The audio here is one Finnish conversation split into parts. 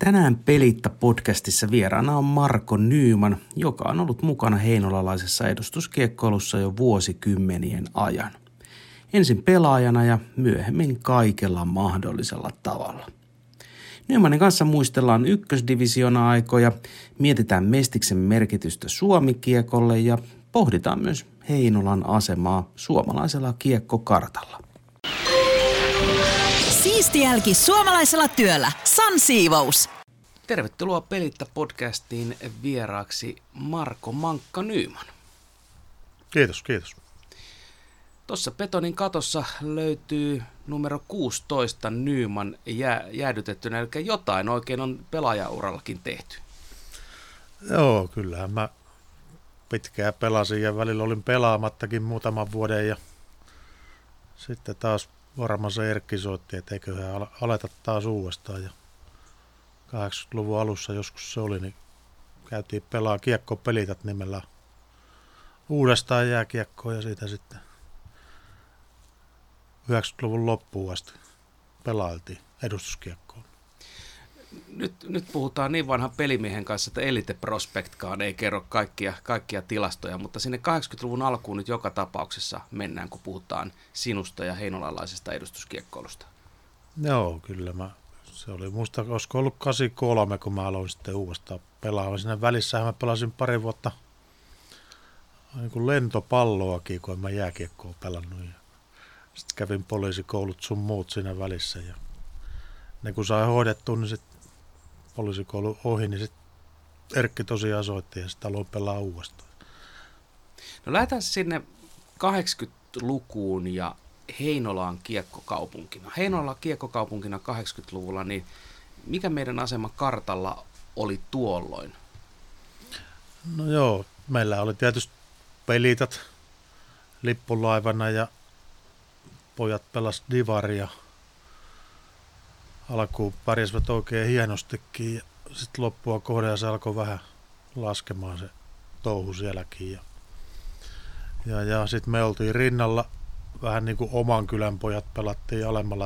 Tänään Pelitta-podcastissa vieraana on Marko Nyman, joka on ollut mukana heinolalaisessa edustuskiekkoilussa jo vuosikymmenien ajan. Ensin pelaajana ja myöhemmin kaikella mahdollisella tavalla. Nymanin kanssa muistellaan ykkösdivisiona-aikoja, mietitään Mestiksen merkitystä Suomi-kiekolle ja pohditaan myös Heinolan asemaa suomalaisella kiekkokartalla. Siisti jälki suomalaisella työllä. San Siivous. Tervetuloa Pelitta-podcastiin vieraaksi Marko Mankka Nyman. Kiitos, kiitos. Tuossa betonin katossa löytyy numero 16 Nyman jäädytettynä, eli jotain oikein on pelaajaurallakin tehty. Joo, kyllähän mä pitkään pelasin ja välillä olin pelaamattakin muutaman vuoden ja sitten taas varmaan se Erkki soitti, että eiköhän aleta taas uudestaan ja 80-luvun alussa joskus se oli, niin käytiin pelaa Kiekko-Pelitat nimellä uudestaan jääkiekkoa ja siitä sitten 90-luvun loppuun asti pelailtiin edustuskiekkoon. Nyt puhutaan niin vanhan pelimiehen kanssa, että Elite Prospectkaan ei kerro kaikkia tilastoja, mutta sinne 80-luvun alkuun nyt joka tapauksessa mennään, kun puhutaan sinusta ja heinolalaisesta edustuskiekkoilusta. Joo, kyllä se oli muista, olisiko ollut 83, kun mä aloin sitten uudestaan pelaamaan. Siinä välissähän mä pelasin pari vuotta niin kuin lentopalloakin, kun en mä jääkiekkoa pelannut. Sitten kävin poliisikoulut sun muut siinä välissä ja ne kun sai hoidettua, niin sitten poliisikoulu ohi, niin sitten Erkki tosiaan soitti ja sitten aloin pelaa uudestaan. No lähdetään sinne 80-lukuun ja Heinolaan kiekkokaupunkina. Heinola kiekkokaupunkina 80-luvulla, niin mikä meidän asema kartalla oli tuolloin? No joo, meillä oli tietysti Pelitat lippulaivana ja pojat pelas divaria. Alkuun pärjäsivät oikein hienostikin ja sitten loppua kohden se alkoi vähän laskemaan se touhu sielläkin. Ja sitten me oltiin rinnalla vähän niin kuin oman kylän pojat pelattiin alemmalla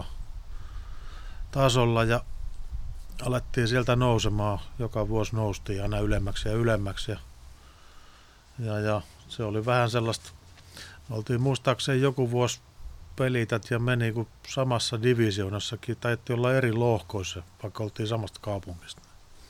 tasolla ja alettiin sieltä nousemaan. Joka vuosi noustiin aina ylemmäksi ja ylemmäksi ja se oli vähän sellaista, oltiin muistaakseni joku vuosi Pelitat ja me niin kuin samassa divisioonassakin, taidettiin olla eri lohkoissa, vaikka oltiin samasta kaupungista.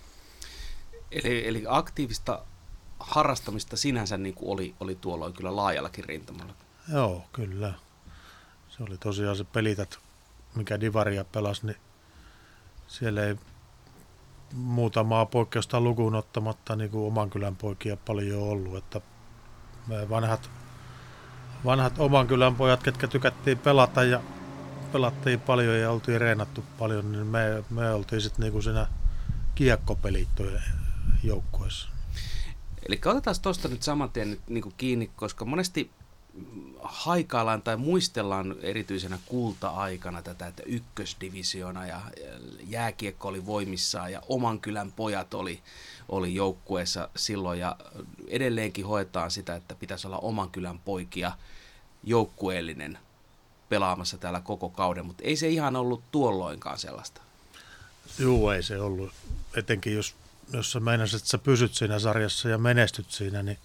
Eli aktiivista harrastamista sinänsä niin kuin oli tuolloin kyllä laajallakin rintamalla. Joo, kyllä. Se oli tosiaan se Pelitat, mikä divaria pelasi, niin siellä ei muutamaa poikkeusta lukuun ottamatta niin kuin oman kylän poikia paljon ollut, että me vanhat oman kylän pojat, ketkä tykättiin pelata ja pelattiin paljon ja oltiin reenattu paljon, niin me oltiin sitten niinku siinä kiekkopelittojen joukkueessa. Eli otetaan tuosta nyt saman tien nyt niinku kiinni, koska monesti haikaillaan tai muistellaan erityisenä kulta-aikana tätä, että ykkösdivisiona ja jääkiekko oli voimissaan ja oman kylän pojat oli joukkueessa silloin ja edelleenkin hoetaan sitä, että pitäisi olla oman kylän poikia joukkueellinen pelaamassa täällä koko kauden, mutta ei se ihan ollut tuolloinkaan sellaista. Joo, ei se ollut. Etenkin jos sä meinasit, että sä pysyt siinä sarjassa ja menestyt siinä, niin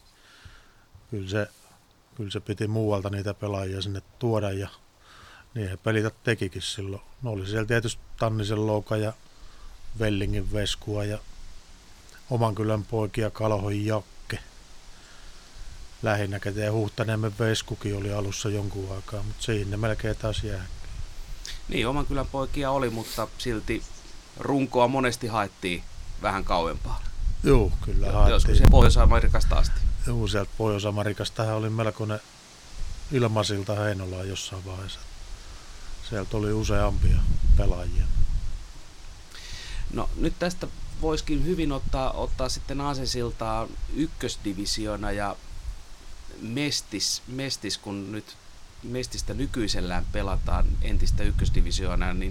kyllä se piti muualta niitä pelaajia sinne tuoda ja niihin Pelitat tekikin silloin. No oli siellä tietysti Tannisen Louka ja Vellingin Veskua ja oman kylän poikia Kalhon Jakke. Lähinnä käteen Huhtaniemen Veskukin oli alussa jonkun aikaa, mutta siihen ne melkein taas jää. Niin, oman kylän poikia oli, mutta silti runkoa monesti haettiin vähän kauempaa. Joo, kyllä haettiin. Joskus siellä Pohjois-Amerikasta asti. Joo, sieltä Pohjois-Amerikastahan oli melkoinen ilmasilta Heinolaan jossain vaiheessa. Sieltä oli useampia pelaajia. No nyt tästä voisikin hyvin ottaa sitten aasinsiltaa ykkösdivisiona ja Mestis, kun nyt Mestistä nykyisellään pelataan entistä ykkösdivisioonaa, niin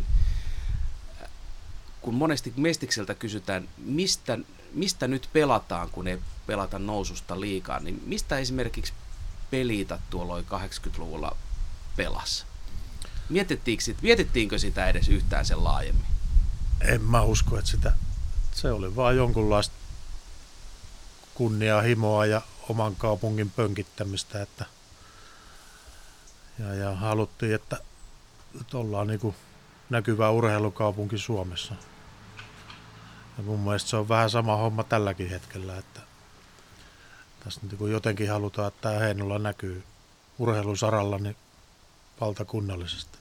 kun monesti Mestikseltä kysytään, mistä nyt pelataan, kun ei pelata noususta liikaa, niin mistä esimerkiksi Pelitat tuolloin 80-luvulla pelasi? Mietittiinkö sitä edes yhtään sen laajemmin? en mä usko, että se oli vaan jonkunlaista kunnianhimoa ja oman kaupungin pönkittämistä, että ja haluttiin, että ollaan niin kuin näkyvä urheilukaupunki Suomessa. Ja mun mielestä se on vähän sama homma tälläkin hetkellä, että tässä niin kuin jotenkin halutaan, että tämä Heinola näkyy urheilusaralla niin valtakunnallisesti.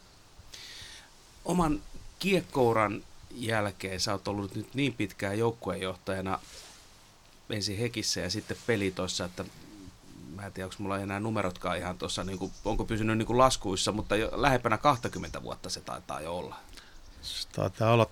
Oman kiekkouran jälkeen sä oot ollut nyt niin pitkään joukkueenjohtajana ensin Hekissä ja sitten Pelitoissa, että mä en tiedä, onko mulla enää numerotkaan ihan tuossa, niin onko pysynyt niin kuin laskuissa, mutta jo lähempänä 20 vuotta se taitaa jo olla. Se taitaa olla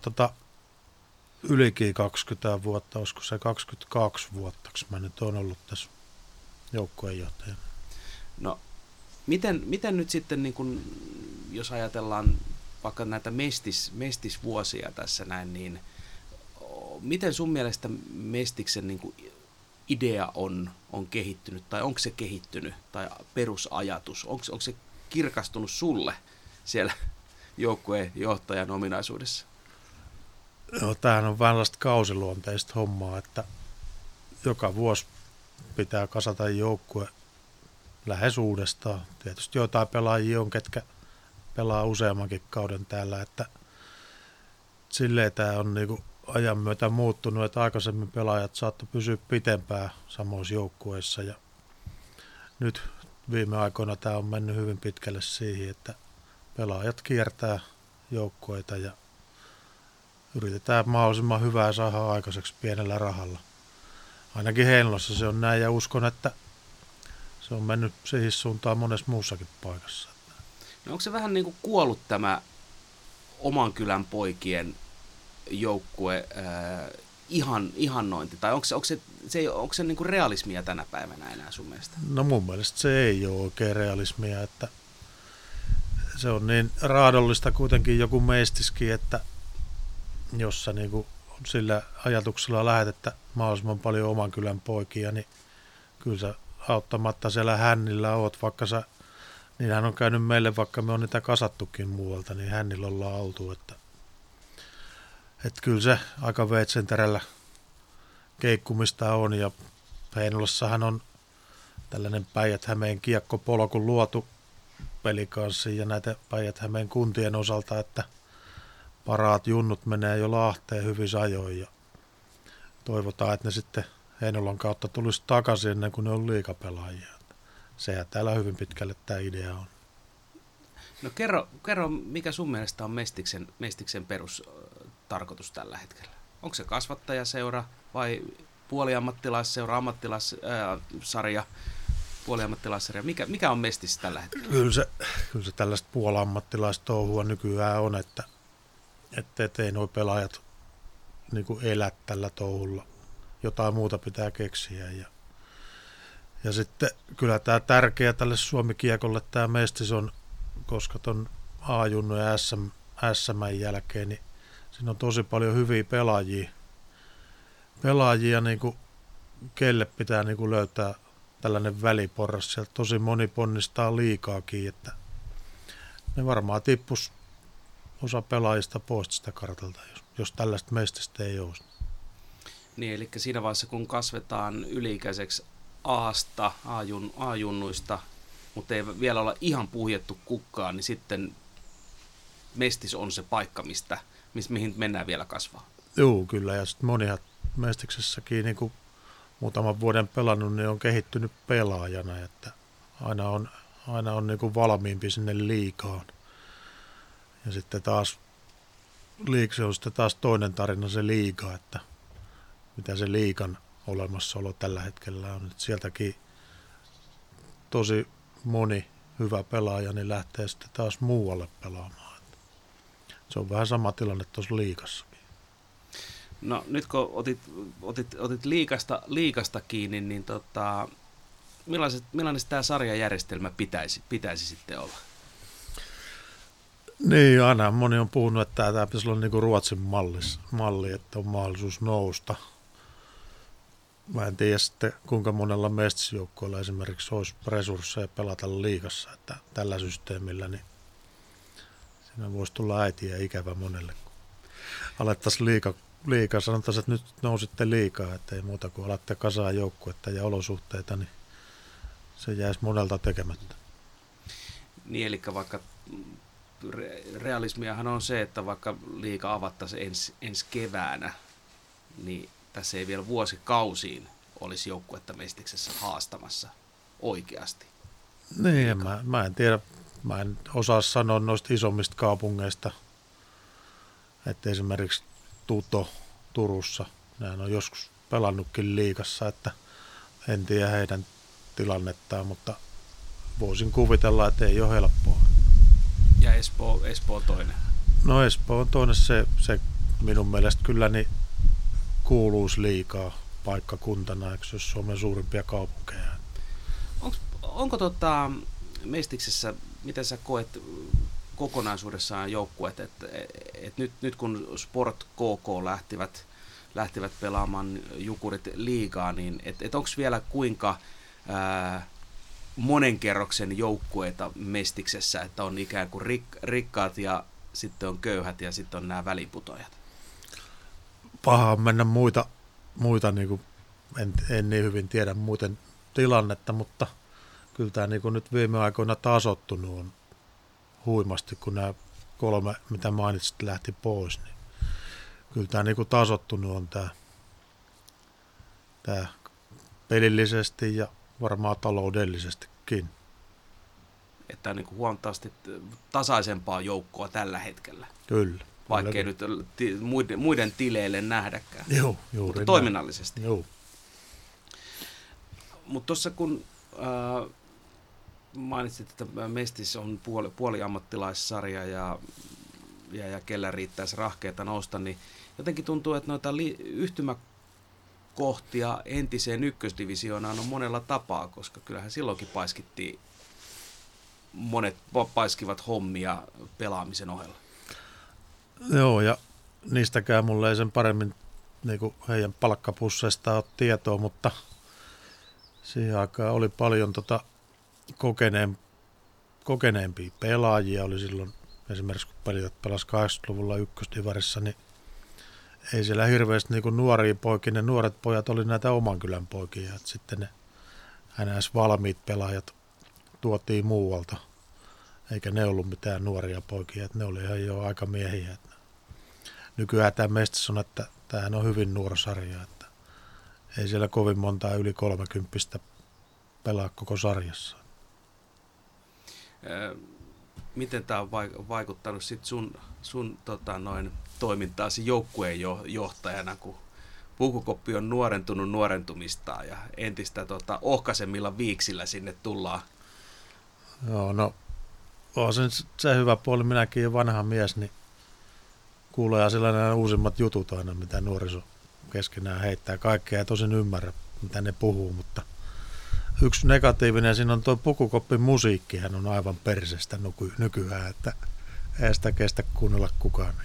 ylikin 20 vuotta, olisiko se 22 vuotta, mä nyt oon ollut tässä joukkueenjohtajana. No, miten nyt sitten, niin kun, jos ajatellaan vaikka näitä mestisvuosia tässä näin, niin miten sun mielestä Mestiksen niin kuin idea on kehittynyt, tai onko se kehittynyt, tai perusajatus, onko se kirkastunut sulle siellä joukkueenjohtajan ominaisuudessa? No, tämähän on vähän kausiluonteista hommaa, että joka vuosi pitää kasata joukkue lähes uudestaan. Tietysti jotain pelaajia on, ketkä pelaa useammankin kauden täällä, että silleen tämä on niinku ajan myötä muuttunut, että aikaisemmin pelaajat saattoi pysyä pitempään samoissa joukkueissa ja nyt viime aikoina tämä on mennyt hyvin pitkälle siihen, että pelaajat kiertää joukkueita ja yritetään mahdollisimman hyvää saada aikaiseksi pienellä rahalla. Ainakin Heinolassa se on näin ja uskon, että se on mennyt siihen suuntaan monessa muussakin paikassa. No onko se vähän niin kuin kuollut tämä oman kylän poikien joukkue ihannointi, tai onko se niin kuin realismia tänä päivänä enää sun mielestä? No mun mielestä se ei ole oikein realismia, että se on niin raadollista kuitenkin joku Mestiskin, että jossa niin kuin sillä ajatuksella lähdet, että mahdollisimman paljon oman kylän poikia, niin kyllä sä auttamatta siellä hännillä oot, vaikka niinhän on käynyt meille, vaikka me on niitä kasattukin muualta, niin hännillä ollaan oltu, että kyllä se aika veitsenterällä keikkumista on, ja Heinolassahan on tällainen Päijät-Hämeen kiekkopolku luotu Pelikanssiin ja näitä Päijät-Hämeen kuntien osalta, että paraat junnut menee jo Lahteen hyvissä ajoin ja toivotaan, että ne sitten Heinolan kautta tulisi takaisin ennen kuin ne on liigapelaajia. Sehän täällä hyvin pitkälle tämä idea on. No kerro mikä sun mielestä on Mestiksen perustarkoitus tällä hetkellä? Onko se kasvattajaseura vai puoliammattilaisseura, ammattilaissarja, puoliammattilaissarja? Mikä on Mestissä tällä hetkellä? Kyllä se tällaista puoliammattilaistouhua nykyään on, että ei nuo pelaajat niin kuin elä tällä touhulla. Jotain muuta pitää keksiä. Ja sitten kyllä tämä tärkeä tälle Suomi-kiekolle tämä Mestis on, koska ton A-junnu ja SM jälkeen, niin siinä on tosi paljon hyviä pelaajia niin kuin, kelle pitää niin kuin löytää tällainen väliporras. Sieltä tosi moni ponnistaa liikaakin, että ne varmaan tippus osa pelaajista pois sitä kartalta, jos tällaista Mestistä ei olisi. Niin, eli siinä vaiheessa, kun kasvetaan yli-ikäiseksi A-junnuista, mutta ei vielä olla ihan puhjettu kukkaan, niin sitten Mestis on se paikka, mihin mennään vielä kasvaa. Joo, kyllä. Ja sitten monihan Mestiksessäkin niin kuin muutaman vuoden pelannut, niin on kehittynyt pelaajana, että aina on niin kuin valmiimpi sinne liigaan. Ja sitten taas se on sitten taas toinen tarina se liiga, että mitä se liigan olemassaolo tällä hetkellä on. Että sieltäkin tosi moni hyvä pelaaja niin lähtee sitten taas muualle pelaamaan. Että se on vähän sama tilanne tuossa liigassakin. No nyt kun otit liigasta kiinni, niin millainen tämä sarjajärjestelmä pitäisi sitten olla? Niin, aina moni on puhunut, että tämä pitäisi olla niin kuin Ruotsin malli, että on mahdollisuus nousta. Mä en tiedä sitten, kuinka monella mestisjoukkoilla esimerkiksi olisi resursseja pelata liigassa, että tällä systeemillä niin siinä voisi tulla äitiä ikävä monelle. alettaisiin liikaa, sanotaan, että nyt nousitte liikaa, että ei muuta kuin alatte kasaa joukkuetta ja olosuhteita, niin se jäisi monelta tekemättä. Niin, eli vaikka realismiahan on se, että vaikka liiga avattaisiin ensi keväänä, niin tässä ei vielä vuosikausiin olisi joukkuetta Mestiksessä haastamassa oikeasti. Niin, mä en tiedä, mä en osaa sanoa noista isommista kaupungeista, että esimerkiksi Tuto Turussa, nehän on joskus pelannutkin liigassa, että en tiedä heidän tilannettaan, mutta voisin kuvitella, että ei ole helppoa. Ja Espoo toinen? No Espoo on toinen, se minun mielestä kyllä niin kuuluisi liikaa paikkakuntana, eikö se ole Suomen suurimpia kaupunkeja. Onko Mestiksessä, miten sä koet kokonaisuudessaan joukkueet, että nyt kun Sport KK lähtivät pelaamaan Jukurit liigaa, niin onko vielä kuinka monen kerroksen joukkueita Mestiksessä, että on ikään kuin rikkaat ja sitten on köyhät ja sitten on nämä väliputojat? Paha on mennä muita niin kuin, en niin hyvin tiedä muuten tilannetta, mutta kyllä tämä niin kuin nyt viime aikoina tasoittunut on huimasti, kun nämä 3, mitä mainitsit, lähti pois. Niin kyllä tämä niin kuin tasoittunut on tämä pelillisesti ja varmaan taloudellisestikin. Että on niin kuin huomattavasti tasaisempaa joukkoa tällä hetkellä. Kyllä. Vaikkei nyt muiden tileille nähdäkään. Joo, juuri mutta toiminnallisesti. Joo. Mutta tuossa kun mainitsit, että Mestis on puoliammattilaissarja ja kellä riittäisi rahkeita nousta, niin jotenkin tuntuu, että noita yhtymäkohtia entiseen ykkösdivisioonaan on monella tapaa, koska kyllähän silloinkin monet paiskivat hommia pelaamisen ohella. Joo, ja niistäkään mulle ei sen paremmin niin kuin heidän palkkapusseista ole tietoa, mutta siihen aikaan oli paljon kokeneempia pelaajia. Oli silloin esimerkiksi, kun pelasi 80-luvulla ykkösdivarissa, niin ei siellä hirveästi niin kuin nuoria poikia. Ne nuoret pojat oli näitä oman kylän poikia. Et sitten ne NS-valmiit pelaajat tuotiin muualta, eikä ne ollut mitään nuoria poikia. Et ne oli ihan jo aikamiehiä. Nykyään tämä Mestis on, että tämähän on hyvin nuori sarja, että ei siellä kovin montaa yli 30 pelaa koko sarjassa. Miten tämä on vaikuttanut sit sun toimintaasi joukkueen johtajana, kun pukukoppi on nuorentumistaan ja entistä ohkaisemmilla viiksillä sinne tullaan? Joo, no on se hyvä puoli. Minäkin olen vanha mies, niin kuulee sellainen uusimmat jutut aina, mitä nuoriso keskenään heittää. Kaikkea ei tosin ymmärrä, mitä ne puhuu, mutta yksi negatiivinen siinä on tuo pukukoppin musiikki. Hän on aivan persestä nykyään, että ei sitä kestä kuunnella kukaan.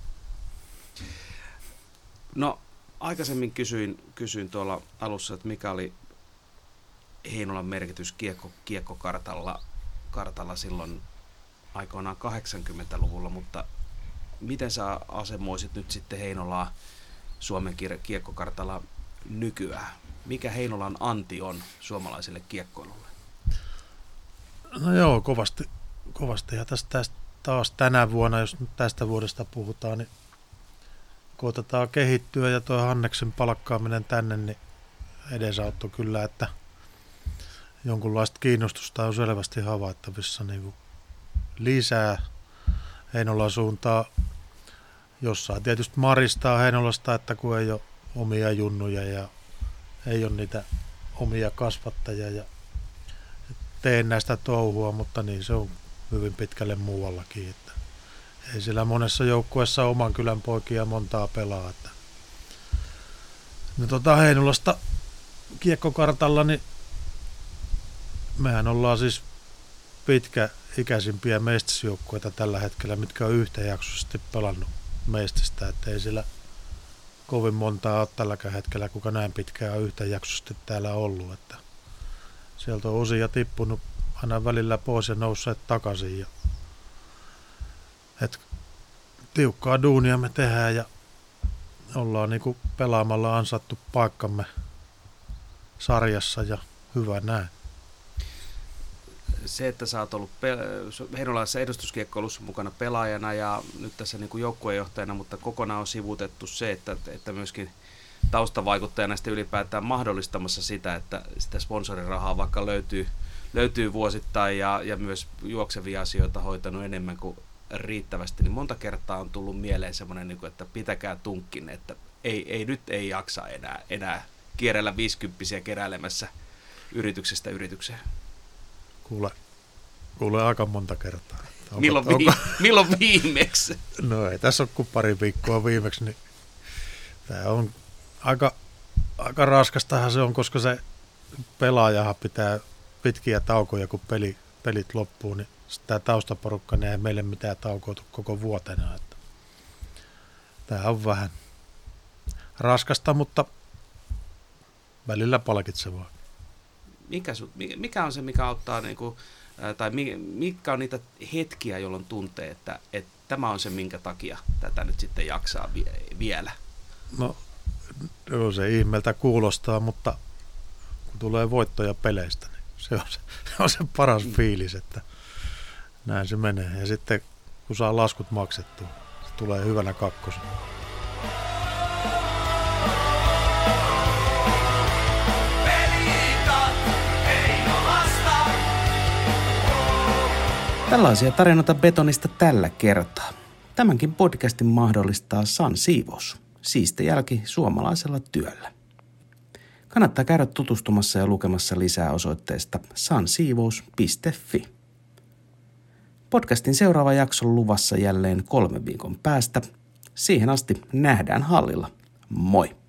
No, aikaisemmin kysyin tuolla alussa, että mikä oli Heinolan merkitys kiekkokartalla silloin aikoinaan 80-luvulla, mutta miten sä asemoisit nyt sitten Heinolaa Suomen kiekkokartalla nykyään? Mikä Heinolan anti on suomalaiselle kiekkoilulle? No joo, kovasti. Ja tästä taas tänä vuonna, jos nyt tästä vuodesta puhutaan, niin koetetaan kehittyä ja tuo Hanneksen palkkaaminen tänne, niin edesauttoi kyllä, että jonkunlaista kiinnostusta on selvästi havaittavissa niin kuin lisää Heinolan suuntaan. Jossain tietysti maristaa Heinolasta, että kun ei ole omia junnuja ja ei ole niitä omia kasvattajia ja teen näistä touhua, mutta niin se on hyvin pitkälle muuallakin. Että ei siellä monessa joukkueessa oman kylän poikia montaa pelaa. Että no Heinolasta kiekkokartalla, niin mehän ollaan siis pitkäikäisimpiä mestisjoukkueita tällä hetkellä, mitkä on yhtäjaksoisesti pelannut mestistä, että ei siellä kovin montaa ole tälläkään hetkellä, kuka näin pitkään on yhtäjaksoisesti täällä ollut. Että sieltä on osia tippunut aina välillä pois ja nousseet takaisin. Tiukkaa duunia me tehdään ja ollaan niin kuin pelaamalla ansattu paikkamme sarjassa ja hyvä näin. Se, että sä oot ollut heinolaisessa edustuskiekkoilussa mukana pelaajana ja nyt tässä niin kuin joukkueenjohtajana, mutta kokonaan on sivuutettu se, että myöskin taustavaikuttajana sitten ylipäätään mahdollistamassa sitä, että sitä sponsorirahaa vaikka löytyy vuosittain ja myös juoksevia asioita hoitanut enemmän kuin riittävästi, niin monta kertaa on tullut mieleen semmoinen, että pitäkää tunkkin, että nyt ei jaksa enää kierrellä 50-vuotiaita keräilemässä yrityksestä yritykseen. Kuule aika monta kertaa. Milloin viimeksi? No ei tässä ole kuin pari viikkoa viimeksi, niin tämä on aika raskastahan se on, koska se pelaajahan pitää pitkiä taukoja, kun pelit loppuu, niin tämä taustaporukka niin ei meille mitään taukoitu koko vuotena. Että tämä on vähän raskasta, mutta välillä palkitsevaa. Mikä on se, mikä auttaa, tai mitkä on niitä hetkiä, jolloin tuntee, että tämä on se, minkä takia tätä nyt sitten jaksaa vielä? No se ihmeeltä kuulostaa, mutta kun tulee voittoja peleistä, niin se on se paras fiilis, että näin se menee. Ja sitten kun saa laskut maksettua, se tulee hyvänä kakkosena. Tällaisia tarinoita betonista tällä kertaa. Tämänkin podcastin mahdollistaa San Siivous, siisti jälki suomalaisella työllä. Kannattaa käydä tutustumassa ja lukemassa lisää osoitteesta sansiivous.fi. Podcastin seuraava jakso luvassa jälleen 3 viikon päästä. Siihen asti nähdään hallilla. Moi!